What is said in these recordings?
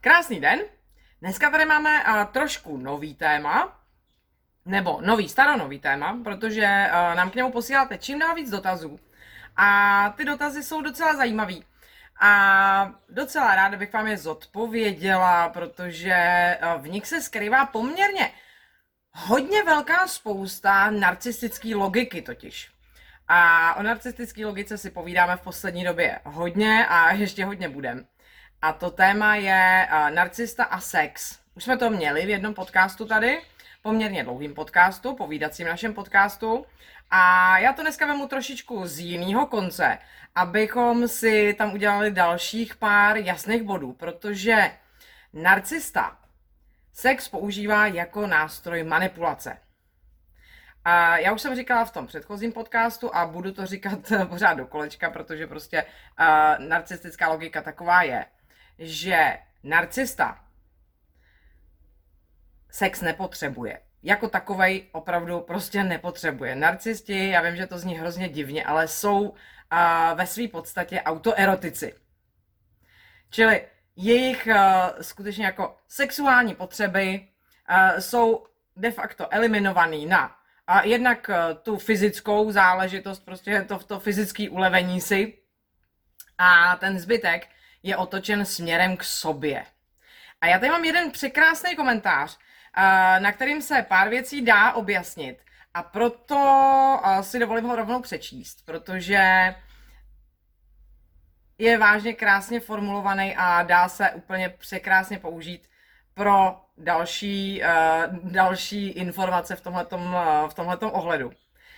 Krásný den. Dneska tady máme trošku nový téma, nebo staronový téma, protože nám k němu posíláte čím dál víc dotazů. A ty dotazy jsou docela zajímavý. A docela ráda bych vám je zodpověděla, protože v nich se skrývá poměrně hodně velká spousta narcistické logiky totiž. A o narcistické logice si povídáme v poslední době hodně a ještě hodně budem. A to téma je narcista a sex. Už jsme to měli v jednom podcastu tady, poměrně dlouhým podcastu, povídacím našem podcastu. A já to dneska vemu trošičku z jiného konce, abychom si tam udělali dalších pár jasných bodů, protože narcista sex používá jako nástroj manipulace. A já už jsem říkala v tom předchozím podcastu a budu to říkat pořád do kolečka, protože prostě narcistická logika taková je, že narcista sex nepotřebuje. Jako takovej opravdu prostě nepotřebuje. Narcisti, já vím, že to zní hrozně divně, ale jsou ve své podstatě autoerotici. Čili jejich skutečně jako sexuální potřeby jsou de facto eliminovaný na jednak tu fyzickou záležitost, prostě to fyzické ulevení si, a ten zbytek je otočen směrem k sobě. A já tady mám jeden překrásný komentář, na kterým se pár věcí dá objasnit, a proto si dovolím ho rovnou přečíst, protože je vážně krásně formulovaný a dá se úplně překrásně použít pro další informace v tomhletom ohledu.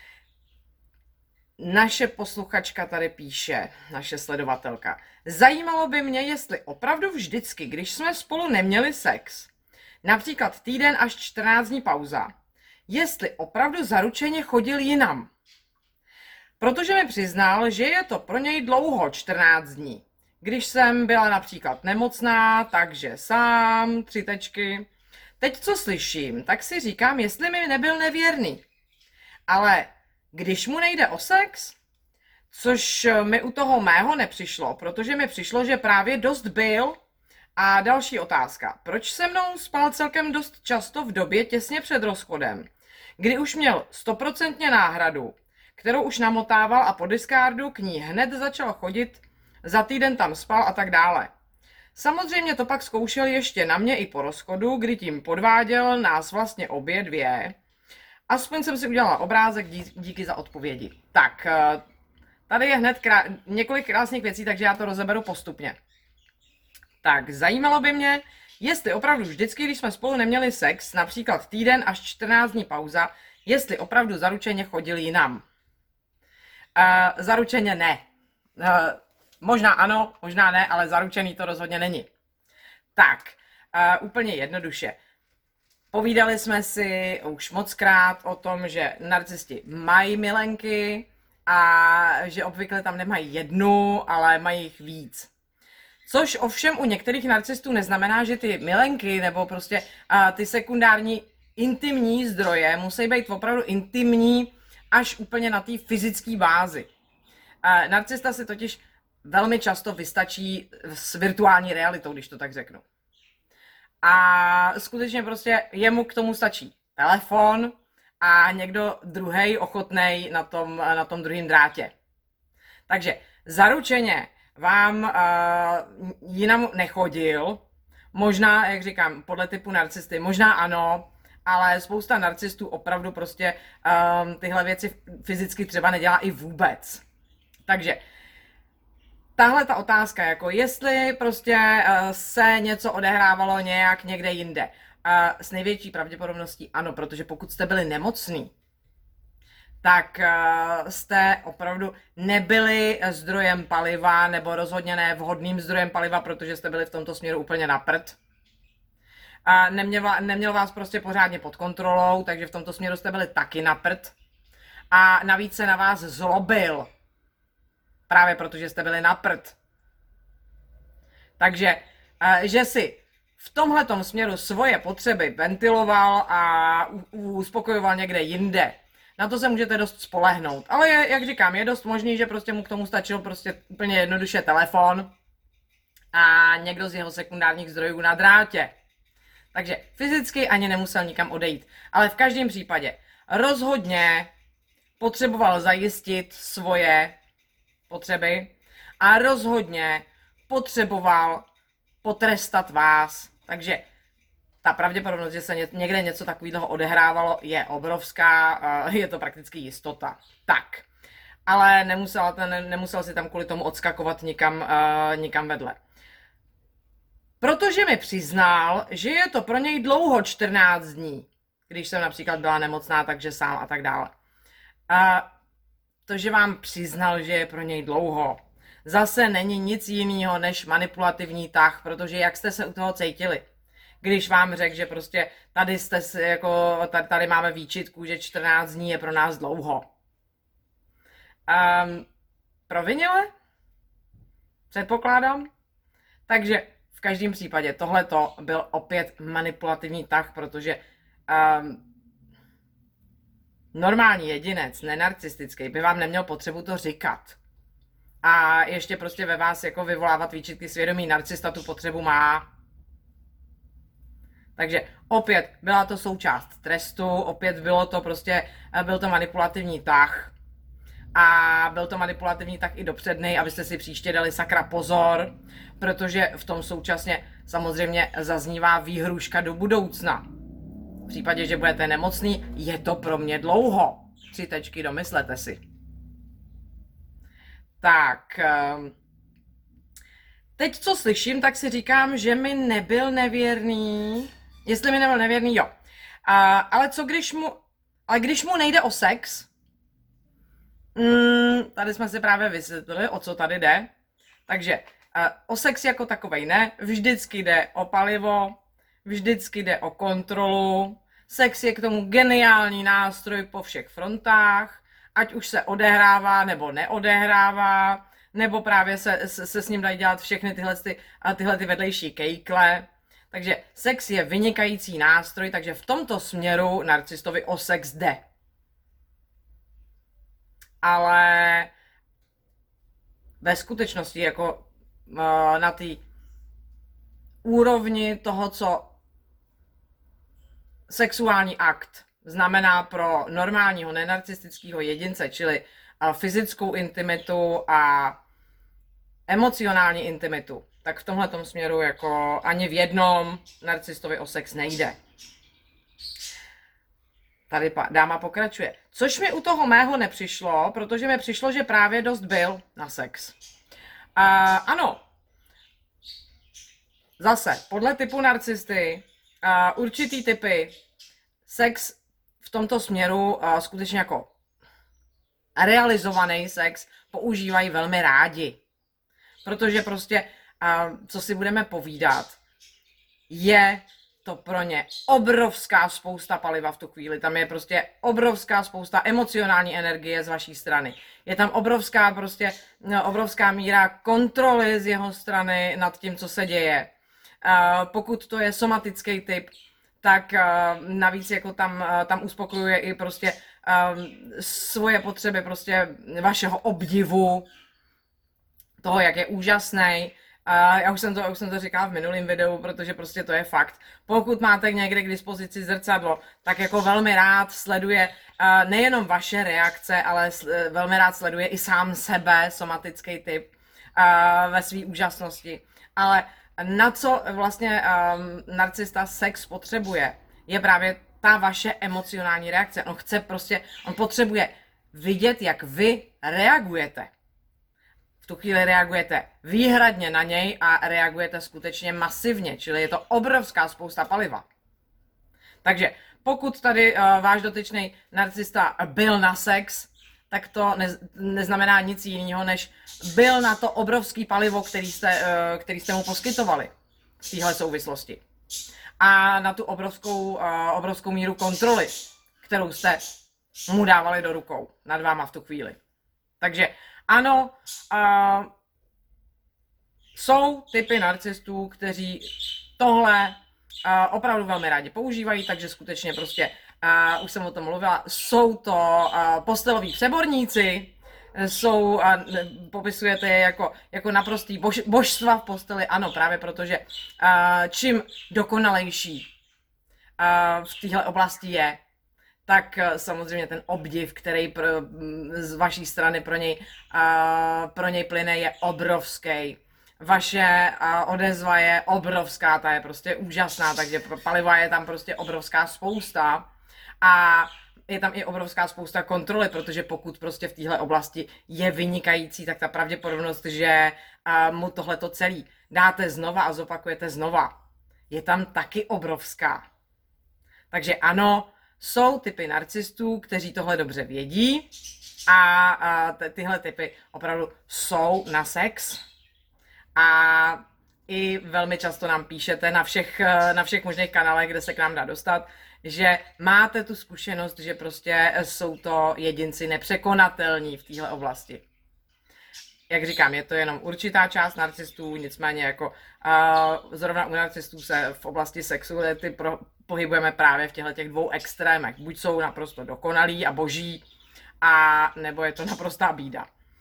Naše posluchačka tady píše, naše sledovatelka. Zajímalo by mě, jestli opravdu vždycky, když jsme spolu neměli sex, například týden až 14 dní pauza, jestli opravdu zaručeně chodil jinam. Protože mi přiznal, že je to pro něj dlouho 14 dní. Když jsem byla například nemocná, takže sám, 3 tečky. Teď co slyším, tak si říkám, jestli mi nebyl nevěrný. Ale když mu nejde o sex, což mi u toho mého nepřišlo, protože mi přišlo, že právě dost byl. A další otázka. Proč se mnou spal celkem dost často v době těsně před rozchodem, kdy už měl 100% náhradu, kterou už namotával a po discardu k ní hned začal chodit, za týden tam spal a tak dále. Samozřejmě to pak zkoušel ještě na mě i po rozchodu, kdy tím podváděl nás vlastně obě dvě. Aspoň jsem si udělala obrázek, díky za odpovědi. Tak, tady je hned několik krásných věcí, takže já to rozeberu postupně. Tak, zajímalo by mě, jestli opravdu vždycky, když jsme spolu neměli sex, například týden až 14 dní pauza, jestli opravdu zaručeně chodil jinam. Zaručeně ne. Možná ano, možná ne, ale zaručený to rozhodně není. Tak, úplně jednoduše. Povídali jsme si už mockrát o tom, že narcisti mají milenky a že obvykle tam nemají jednu, ale mají jich víc. Což ovšem u některých narcistů neznamená, že ty milenky nebo prostě ty sekundární intimní zdroje musí být opravdu intimní až úplně na té fyzické bázi. Narcista si totiž velmi často vystačí s virtuální realitou, když to tak řeknu. A skutečně prostě jemu k tomu stačí telefon a někdo druhej ochotnej na tom druhém drátě. Takže zaručeně vám jinam nechodil, možná, jak říkám, podle typu narcisty, možná ano, ale spousta narcistů opravdu prostě tyhle věci fyzicky třeba nedělá i vůbec. Takže tahle ta otázka, jako jestli prostě se něco odehrávalo nějak někde jinde, s největší pravděpodobností ano, protože pokud jste byli nemocný, tak jste opravdu nebyli zdrojem paliva, nebo rozhodně ne vhodným zdrojem paliva, protože jste byli v tomto směru úplně na prd. Neměl vás prostě pořádně pod kontrolou, takže v tomto směru jste byli taky na prd. A navíc se na vás zlobil. Právě protože jste byli na prd. Takže, že si v tomhletom směru svoje potřeby ventiloval a uspokojoval někde jinde, na to se můžete dost spolehnout. Ale jak říkám, je dost možný, že prostě mu k tomu stačil prostě úplně jednoduše telefon a někdo z jeho sekundárních zdrojů na drátě. Takže fyzicky ani nemusel nikam odejít. Ale v každém případě rozhodně potřeboval zajistit svoje potřeby a rozhodně potřeboval potrestat vás. Takže ta pravděpodobnost, že se někde něco takového odehrávalo, je obrovská, je to prakticky jistota. Tak, ale nemusel si tam kvůli tomu odskakovat nikam vedle. Protože mi přiznal, že je to pro něj dlouho 14 dní, když jsem například byla nemocná, takže sám a tak dále. A to, že vám přiznal, že je pro něj dlouho, zase není nic jiného než manipulativní tah, protože jak jste se u toho cítili? Když vám řekl, že prostě tady máme výčitku, že 14 dní je pro nás dlouho. Provinile? Předpokládám. Takže v každém případě tohleto byl opět manipulativní tah, protože normální jedinec, nenarcistický, by vám neměl potřebu to říkat. A ještě prostě ve vás jako vyvolávat výčitky svědomí. Narcista tu potřebu má. Takže opět byla to součást trestu, opět byl to manipulativní tah. A byl to manipulativní tah i dopřednej, abyste si příště dali sakra pozor, protože v tom současně samozřejmě zaznívá výhruška do budoucna. V případě, že budete nemocný, je to pro mě dlouho. 3 tečky, domyslete si. Tak, teď co slyším, tak si říkám, že mi nebyl nevěrný. Jestli mi nebyl nevěrný, jo. Ale když mu nejde o sex, tady jsme si právě vysvětlili, o co tady jde. Takže o sex jako takovej ne, vždycky jde o palivo, vždycky jde o kontrolu. Sex je k tomu geniální nástroj po všech frontách, ať už se odehrává nebo neodehrává, nebo právě se s ním dají dělat všechny tyhle vedlejší kejkle. Takže sex je vynikající nástroj, takže v tomto směru narcistovi o sex jde. Ale ve skutečnosti jako na té úrovni toho, co sexuální akt znamená pro normálního nenarcistického jedince, čili fyzickou intimitu a emocionální intimitu, tak v tomhletom směru jako ani v jednom narcistovi o sex nejde. Tady dáma pokračuje. Což mi u toho mého nepřišlo, protože mi přišlo, že právě dost byl na sex. Ano. Zase, podle typu narcisty, určitý typy sex v tomto směru skutečně jako realizovaný sex používají velmi rádi. Protože prostě, co si budeme povídat, je to pro ně obrovská spousta paliva v tu chvíli. Tam je prostě obrovská spousta emocionální energie z vaší strany. Je tam obrovská míra kontroly z jeho strany nad tím, co se děje. Pokud to je somatický typ, tak navíc jako tam uspokojuje i prostě svoje potřeby prostě vašeho obdivu, toho, jak je úžasný. Já už jsem to říkala v minulém videu, protože prostě to je fakt. Pokud máte někde k dispozici zrcadlo, tak jako velmi rád sleduje nejenom vaše reakce, ale velmi rád sleduje i sám sebe, somatický typ, ve své úžasnosti. Ale na co vlastně narcista sex potřebuje, je právě ta vaše emocionální reakce. On potřebuje vidět, jak vy reagujete. V tu chvíli reagujete výhradně na něj a reagujete skutečně masivně, čili je to obrovská spousta paliva. Takže pokud tady váš dotyčný narcista byl na sex, tak to neznamená nic jiného, než byl na to obrovský palivo, který jste mu poskytovali v téhle souvislosti. A na tu obrovskou míru kontroly, kterou jste mu dávali do rukou nad váma v tu chvíli. Takže ano, jsou typy narcistů, kteří tohle opravdu velmi rádi používají, takže skutečně prostě, už jsem o tom mluvila, jsou to posteloví přeborníci, jsou a popisujete je jako naprostý božstva v posteli. Ano, právě protože čím dokonalejší v téhle oblasti je, tak samozřejmě ten obdiv, který z vaší strany pro něj plyne, je obrovský. Vaše odezva je obrovská, ta je prostě úžasná, takže paliva je tam prostě obrovská spousta a je tam i obrovská spousta kontroly, protože pokud prostě v téhle oblasti je vynikající, tak ta pravděpodobnost, že mu tohleto celý dáte znova a zopakujete znova, je tam taky obrovská. Takže ano, jsou typy narcistů, kteří tohle dobře vědí a tyhle typy opravdu jsou na sex a i velmi často nám píšete na všech možných kanálech, kde se k nám dá dostat, že máte tu zkušenost, že prostě jsou to jedinci nepřekonatelní v téhle oblasti. Jak říkám, je to jenom určitá část narcistů, nicméně jako zrovna u narcistů se v oblasti sexuality pohybujeme právě v těchto dvou extrémech. Buď jsou naprosto dokonalí a boží, a nebo je to naprostá bída.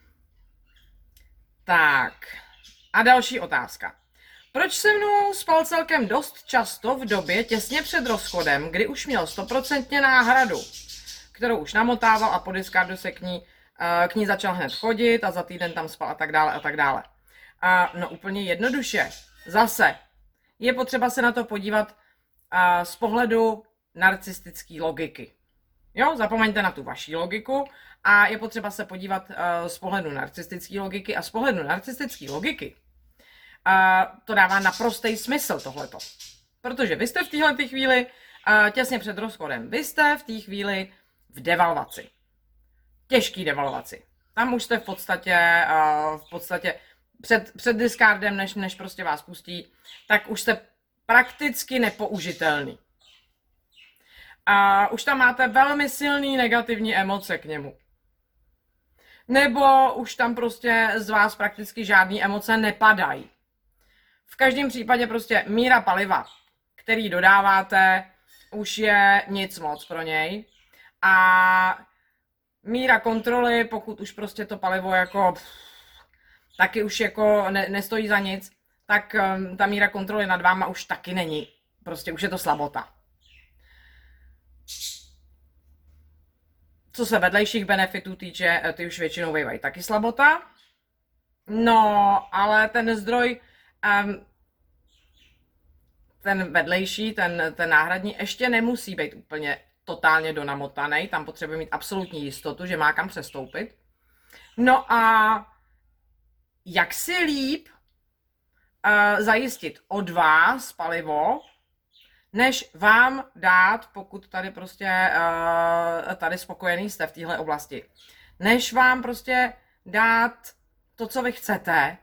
Tak, a další otázka. Proč se mnou spal celkem dost často v době těsně před rozchodem, kdy už měl 100% náhradu, kterou už namotával a po discardu se k ní začal hned chodit a za týden tam spal a tak dále a tak dále. No úplně jednoduše. Zase je potřeba se na to podívat z pohledu narcistické logiky. Jo, zapomeňte na tu vaši logiku a je potřeba se podívat z pohledu narcistické logiky a z pohledu narcistické logiky to dává naprostý smysl tohleto. Protože vy jste v téhle chvíli těsně před rozchodem, vy jste v té chvíli v devalvaci. Těžký devalvaci. Tam už jste v podstatě před discardem, než prostě vás pustí, tak už jste prakticky nepoužitelný. A už tam máte velmi silný negativní emoce k němu. Nebo už tam prostě z vás prakticky žádný emoce nepadají. V každém případě prostě míra paliva, který dodáváte, už je nic moc pro něj. A míra kontroly, pokud už prostě to palivo jako taky už jako nestojí za nic, tak ta míra kontroly nad váma už taky není. Prostě už je to slabota. Co se vedlejších benefitů týče, ty už většinou bývají taky slabota. No, ale ten zdroj, ten vedlejší, ten náhradní, ještě nemusí být úplně totálně donamotaný. Tam potřebuje mít absolutní jistotu, že má kam přestoupit. No a jak si líp zajistit od vás palivo, než vám dát, pokud tady prostě tady spokojený jste v téhle oblasti, než vám prostě dát to, co vy chcete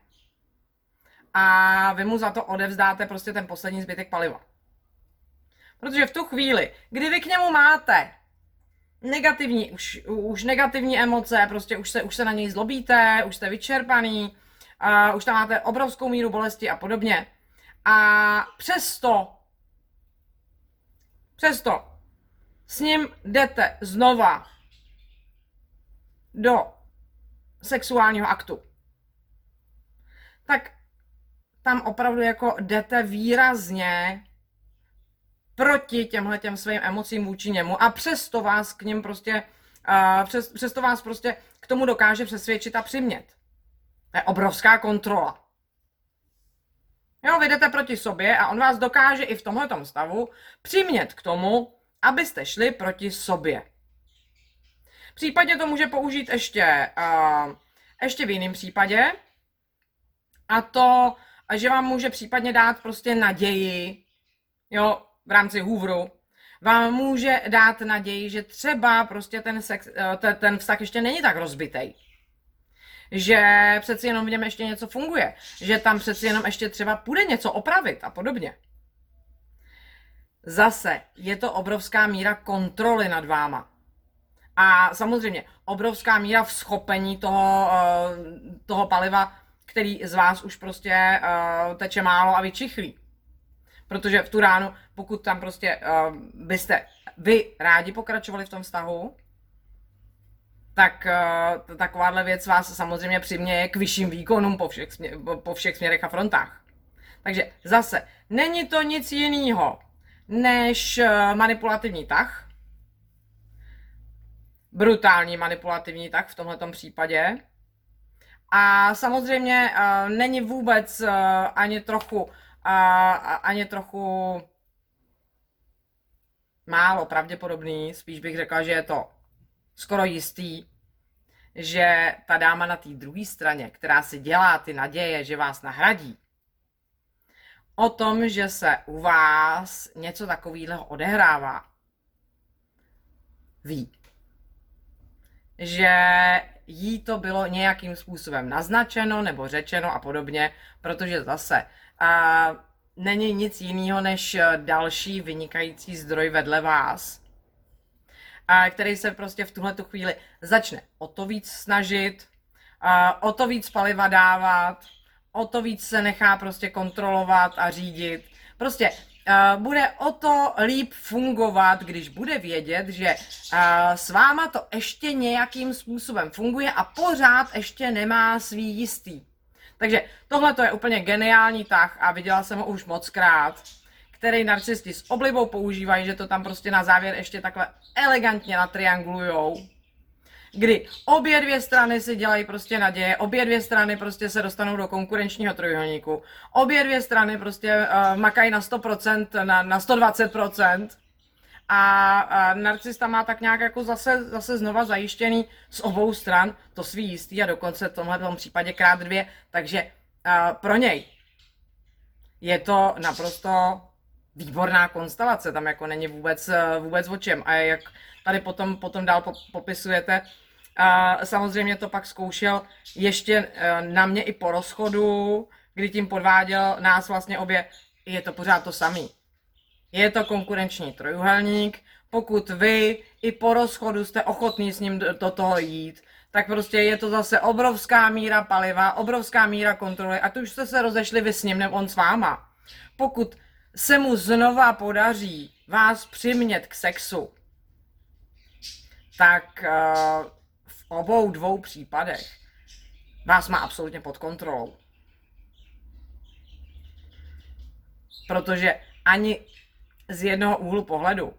a vy mu za to odevzdáte prostě ten poslední zbytek paliva. Protože v tu chvíli, kdy vy k němu máte negativní, už negativní emoce, prostě už se na něj zlobíte, už jste vyčerpaný, už tam máte obrovskou míru bolesti a podobně. A přesto s ním jdete znova do sexuálního aktu, tak tam opravdu jako jdete výrazně proti těmhletěm svým emocím vůči němu a přesto vás k ním prostě, přesto vás prostě k tomu dokáže přesvědčit a přimět. To je obrovská kontrola. Jo, vy jdete proti sobě a on vás dokáže i v tomhletom stavu přimět k tomu, abyste šli proti sobě. Případně to může použít ještě v jiném případě, a to, že vám může případně dát prostě naději, jo, v rámci hůvru, vám může dát naději, že třeba prostě ten vztah ještě není tak rozbitej. Že přeci jenom v něm ještě něco funguje. Že tam přeci jenom ještě třeba půjde něco opravit a podobně. Zase je to obrovská míra kontroly nad váma. A samozřejmě obrovská míra vzchopení toho paliva, který z vás už prostě teče málo a vyčichlí. Protože v tu ránu, pokud tam prostě byste vy rádi pokračovali v tom vztahu, tak takováhle věc vás samozřejmě přiměje k vyšším výkonům po všech směrech a frontách. Takže zase, není to nic jiného než manipulativní tah. Brutální manipulativní tah v tomhletom případě. A samozřejmě není vůbec ani trochu málo pravděpodobný, spíš bych řekla, že je to skoro jistý, že ta dáma na té druhé straně, která si dělá ty naděje, že vás nahradí, o tom, že se u vás něco takového odehrává, ví. Že jí to bylo nějakým způsobem naznačeno nebo řečeno a podobně, protože zase není nic jiného než další vynikající zdroj vedle vás, který se prostě v tuhletu chvíli začne o to víc snažit, o to víc paliva dávat, o to víc se nechá prostě kontrolovat a řídit. Prostě bude o to líp fungovat, když bude vědět, že s váma to ještě nějakým způsobem funguje a pořád ještě nemá svý jistý. Takže tohle to je úplně geniální tah a viděla jsem ho už mockrát, který narcisti s oblibou používají, že to tam prostě na závěr ještě takhle elegantně natriangulujou, kdy obě dvě strany si dělají prostě naděje, obě dvě strany prostě se dostanou do konkurenčního trojúhelníku, obě dvě strany prostě makají na 100%, na 120% a narcista má tak nějak jako zase znova zajištěný z obou stran to svý jistý a dokonce v tomhle případě krát dvě, takže pro něj je to naprosto výborná konstelace, tam jako není vůbec o čem. A jak tady potom dál popisujete, samozřejmě to pak zkoušel ještě na mě i po rozchodu, kdy tím podváděl nás vlastně obě, je to pořád to samý. Je to konkurenční trojúhelník, pokud vy i po rozchodu jste ochotní s ním do toho jít, tak prostě je to zase obrovská míra paliva, obrovská míra kontroly a tu už jste se rozešli vy s ním nebo on s váma. Pokud se mu znova podaří vás přimět k sexu, tak v obou dvou případech vás má absolutně pod kontrolou. Protože ani z jednoho úhlu pohledu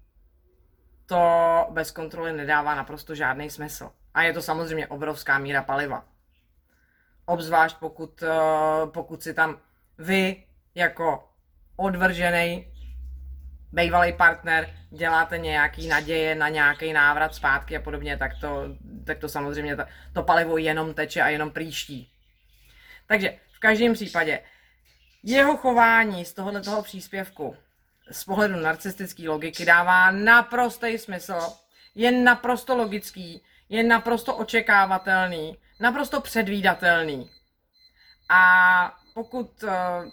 to bez kontroly nedává naprosto žádný smysl. A je to samozřejmě obrovská míra paliva. Obzvlášť pokud si tam vy jako odvržený bývalý partner děláte nějaký naděje na nějaký návrat zpátky a podobně, tak to samozřejmě to palivo jenom teče a jenom prýští. Takže v každém případě jeho chování z tohoto příspěvku z pohledu narcistické logiky dává naprostý smysl, je naprosto logický, je naprosto očekávatelný, naprosto předvídatelný. A pokud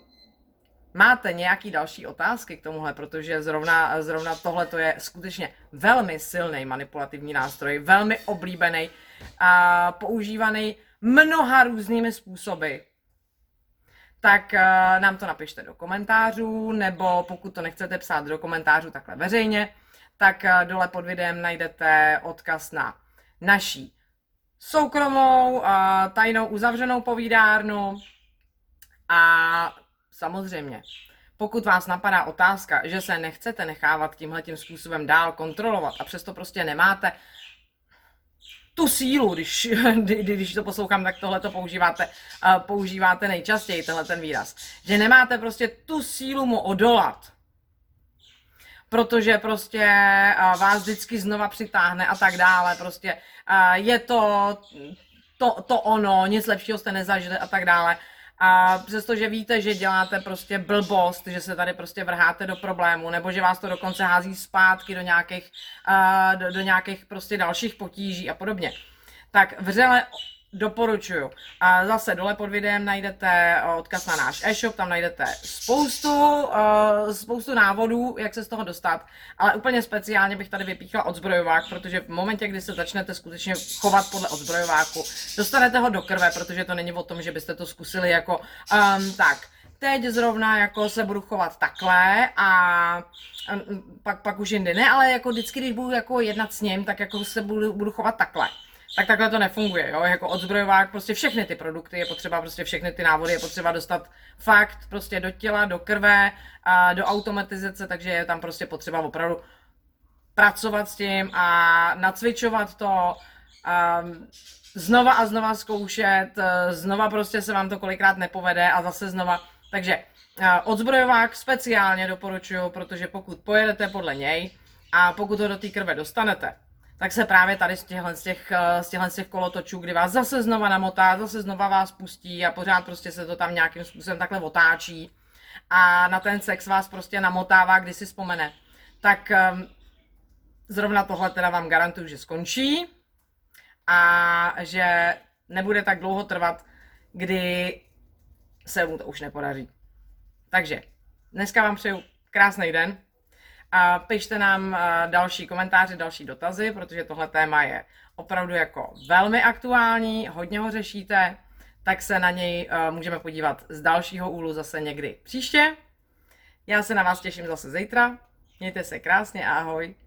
máte nějaký další otázky k tomuhle, protože zrovna tohle to je skutečně velmi silný manipulativní nástroj, velmi oblíbený a používaný mnoha různými způsoby, tak nám to napište do komentářů, nebo pokud to nechcete psát do komentářů takhle veřejně, tak dole pod videem najdete odkaz na naší soukromou, tajnou uzavřenou povídárnu a samozřejmě, pokud vás napadá otázka, že se nechcete nechávat tímhletím způsobem dál kontrolovat a přesto prostě nemáte tu sílu, když to poslouchám, tak tohle to používáte nejčastěji, tenhle ten výraz, že nemáte prostě tu sílu mu odolat, protože prostě vás vždycky znova přitáhne a tak dále, prostě je to ono, nic lepšího jste nezažili a tak dále. A přestože víte, že děláte prostě blbost, že se tady prostě vrháte do problému, nebo že vás to dokonce hází zpátky do nějakých prostě dalších potíží a podobně, tak vřele doporučuju. A zase dole pod videem najdete odkaz na náš e-shop, tam najdete spoustu návodů, jak se z toho dostat, ale úplně speciálně bych tady vypíchla odzbrojovák, protože v momentě, kdy se začnete skutečně chovat podle odzbrojováku, dostanete ho do krve, protože to není o tom, že byste to zkusili jako tak. Teď zrovna jako se budu chovat takhle a pak už jindy ne, ale jako vždycky, když budu jako jednat s ním, tak jako se budu chovat takhle. tak takhle to nefunguje, jo, jako odzbrojovák, prostě všechny ty produkty je potřeba, prostě všechny ty návody je potřeba dostat fakt prostě do těla, do krve, a do automatizace, takže je tam prostě potřeba opravdu pracovat s tím a nacvičovat to, znova a znova zkoušet, znova prostě se vám to kolikrát nepovede a zase znova, takže odzbrojovák speciálně doporučuju, protože pokud pojedete podle něj a pokud ho do té krve dostanete, tak se právě tady z těch kolotočů, kdy vás zase znova namotá, zase znova vás pustí a pořád prostě se to tam nějakým způsobem takhle otáčí a na ten sex vás prostě namotává, kdy si vzpomene, tak zrovna tohle teda vám garantuju, že skončí a že nebude tak dlouho trvat, kdy se mu to už nepodaří. Takže dneska vám přeju krásný den a pište nám další komentáře, další dotazy, protože tohle téma je opravdu jako velmi aktuální, hodně ho řešíte, tak se na něj můžeme podívat z dalšího úhlu zase někdy příště. Já se na vás těším zase zítra, mějte se krásně a ahoj.